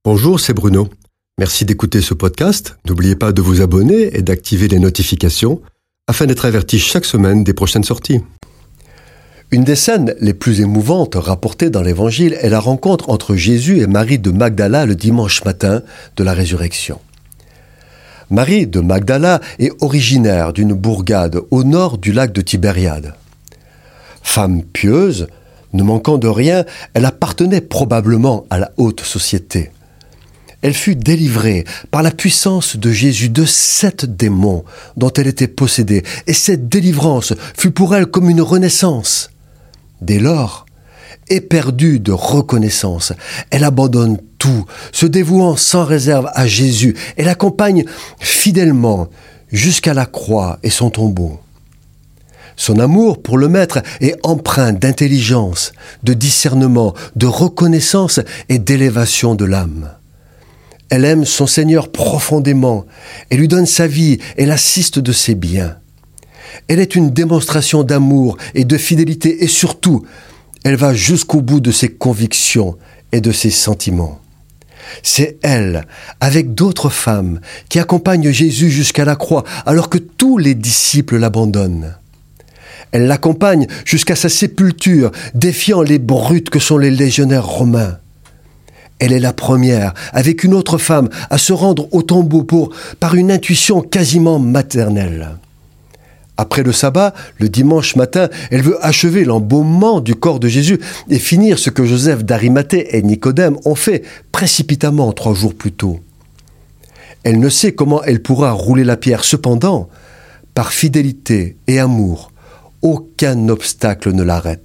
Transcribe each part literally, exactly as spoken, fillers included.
Bonjour, c'est Bruno. Merci d'écouter ce podcast. N'oubliez pas de vous abonner et d'activer les notifications afin d'être averti chaque semaine des prochaines sorties. Une des scènes les plus émouvantes rapportées dans l'Évangile est la rencontre entre Jésus et Marie de Magdala le dimanche matin de la résurrection. Marie de Magdala est originaire d'une bourgade au nord du lac de Tibériade. Femme pieuse, ne manquant de rien, elle appartenait probablement à la haute société. Elle fut délivrée par la puissance de Jésus de sept démons dont elle était possédée, et cette délivrance fut pour elle comme une renaissance. Dès lors, éperdue de reconnaissance, elle abandonne tout, se dévouant sans réserve à Jésus et l'accompagne fidèlement jusqu'à la croix et son tombeau. Son amour pour le Maître est empreint d'intelligence, de discernement, de reconnaissance et d'élévation de l'âme. Elle aime son Seigneur profondément et lui donne sa vie et l'assiste de ses biens. Elle est une démonstration d'amour et de fidélité et surtout, elle va jusqu'au bout de ses convictions et de ses sentiments. C'est elle, avec d'autres femmes, qui accompagne Jésus jusqu'à la croix alors que tous les disciples l'abandonnent. Elle l'accompagne jusqu'à sa sépulture, défiant les brutes que sont les légionnaires romains. Elle est la première, avec une autre femme, à se rendre au tombeau pour, par une intuition quasiment maternelle. Après le sabbat, le dimanche matin, elle veut achever l'embaumement du corps de Jésus et finir ce que Joseph d'Arimathée et Nicodème ont fait précipitamment trois jours plus tôt. Elle ne sait comment elle pourra rouler la pierre. Cependant, par fidélité et amour, aucun obstacle ne l'arrête.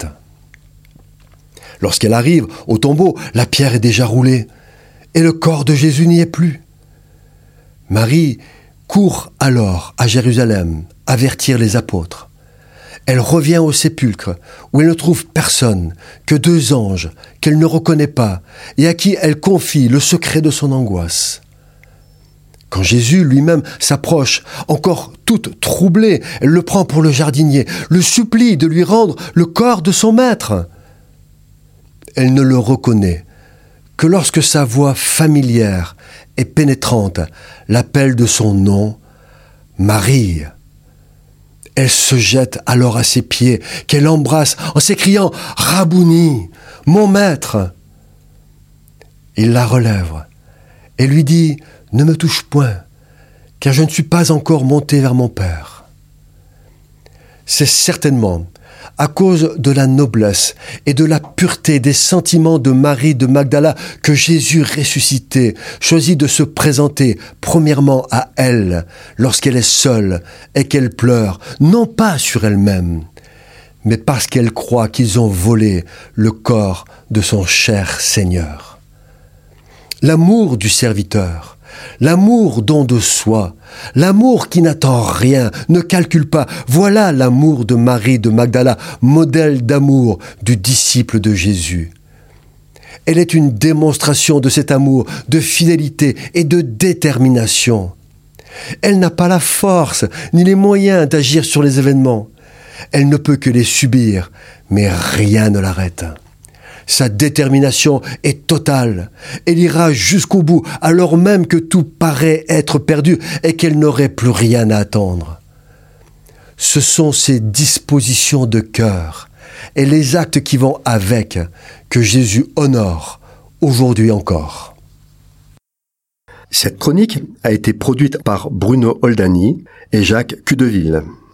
Lorsqu'elle arrive au tombeau, la pierre est déjà roulée et le corps de Jésus n'y est plus. Marie court alors à Jérusalem avertir les apôtres. Elle revient au sépulcre où elle ne trouve personne que deux anges qu'elle ne reconnaît pas et à qui elle confie le secret de son angoisse. Quand Jésus lui-même s'approche, encore toute troublée, elle le prend pour le jardinier, le supplie de lui rendre le corps de son maître. Elle ne le reconnaît que lorsque sa voix familière et pénétrante l'appelle de son nom, Marie. Elle se jette alors à ses pieds, qu'elle embrasse en s'écriant « Rabouni, mon maître !» Il la relève et lui dit « Ne me touche point, car je ne suis pas encore monté vers mon Père. » C'est certainement à cause de la noblesse et de la pureté des sentiments de Marie de Magdala que Jésus ressuscité choisit de se présenter premièrement à elle lorsqu'elle est seule et qu'elle pleure, non pas sur elle-même, mais parce qu'elle croit qu'ils ont volé le corps de son cher Seigneur. L'amour du serviteur, l'amour don de soi, l'amour qui n'attend rien, ne calcule pas, voilà l'amour de Marie de Magdala, modèle d'amour du disciple de Jésus. Elle est une démonstration de cet amour, de fidélité et de détermination. Elle n'a pas la force ni les moyens d'agir sur les événements. Elle ne peut que les subir, mais rien ne l'arrête. Sa détermination est totale. Elle ira jusqu'au bout, alors même que tout paraît être perdu et qu'elle n'aurait plus rien à attendre. Ce sont ses dispositions de cœur et les actes qui vont avec que Jésus honore aujourd'hui encore. Cette chronique a été produite par Bruno Oldani et Jacques Cudeville.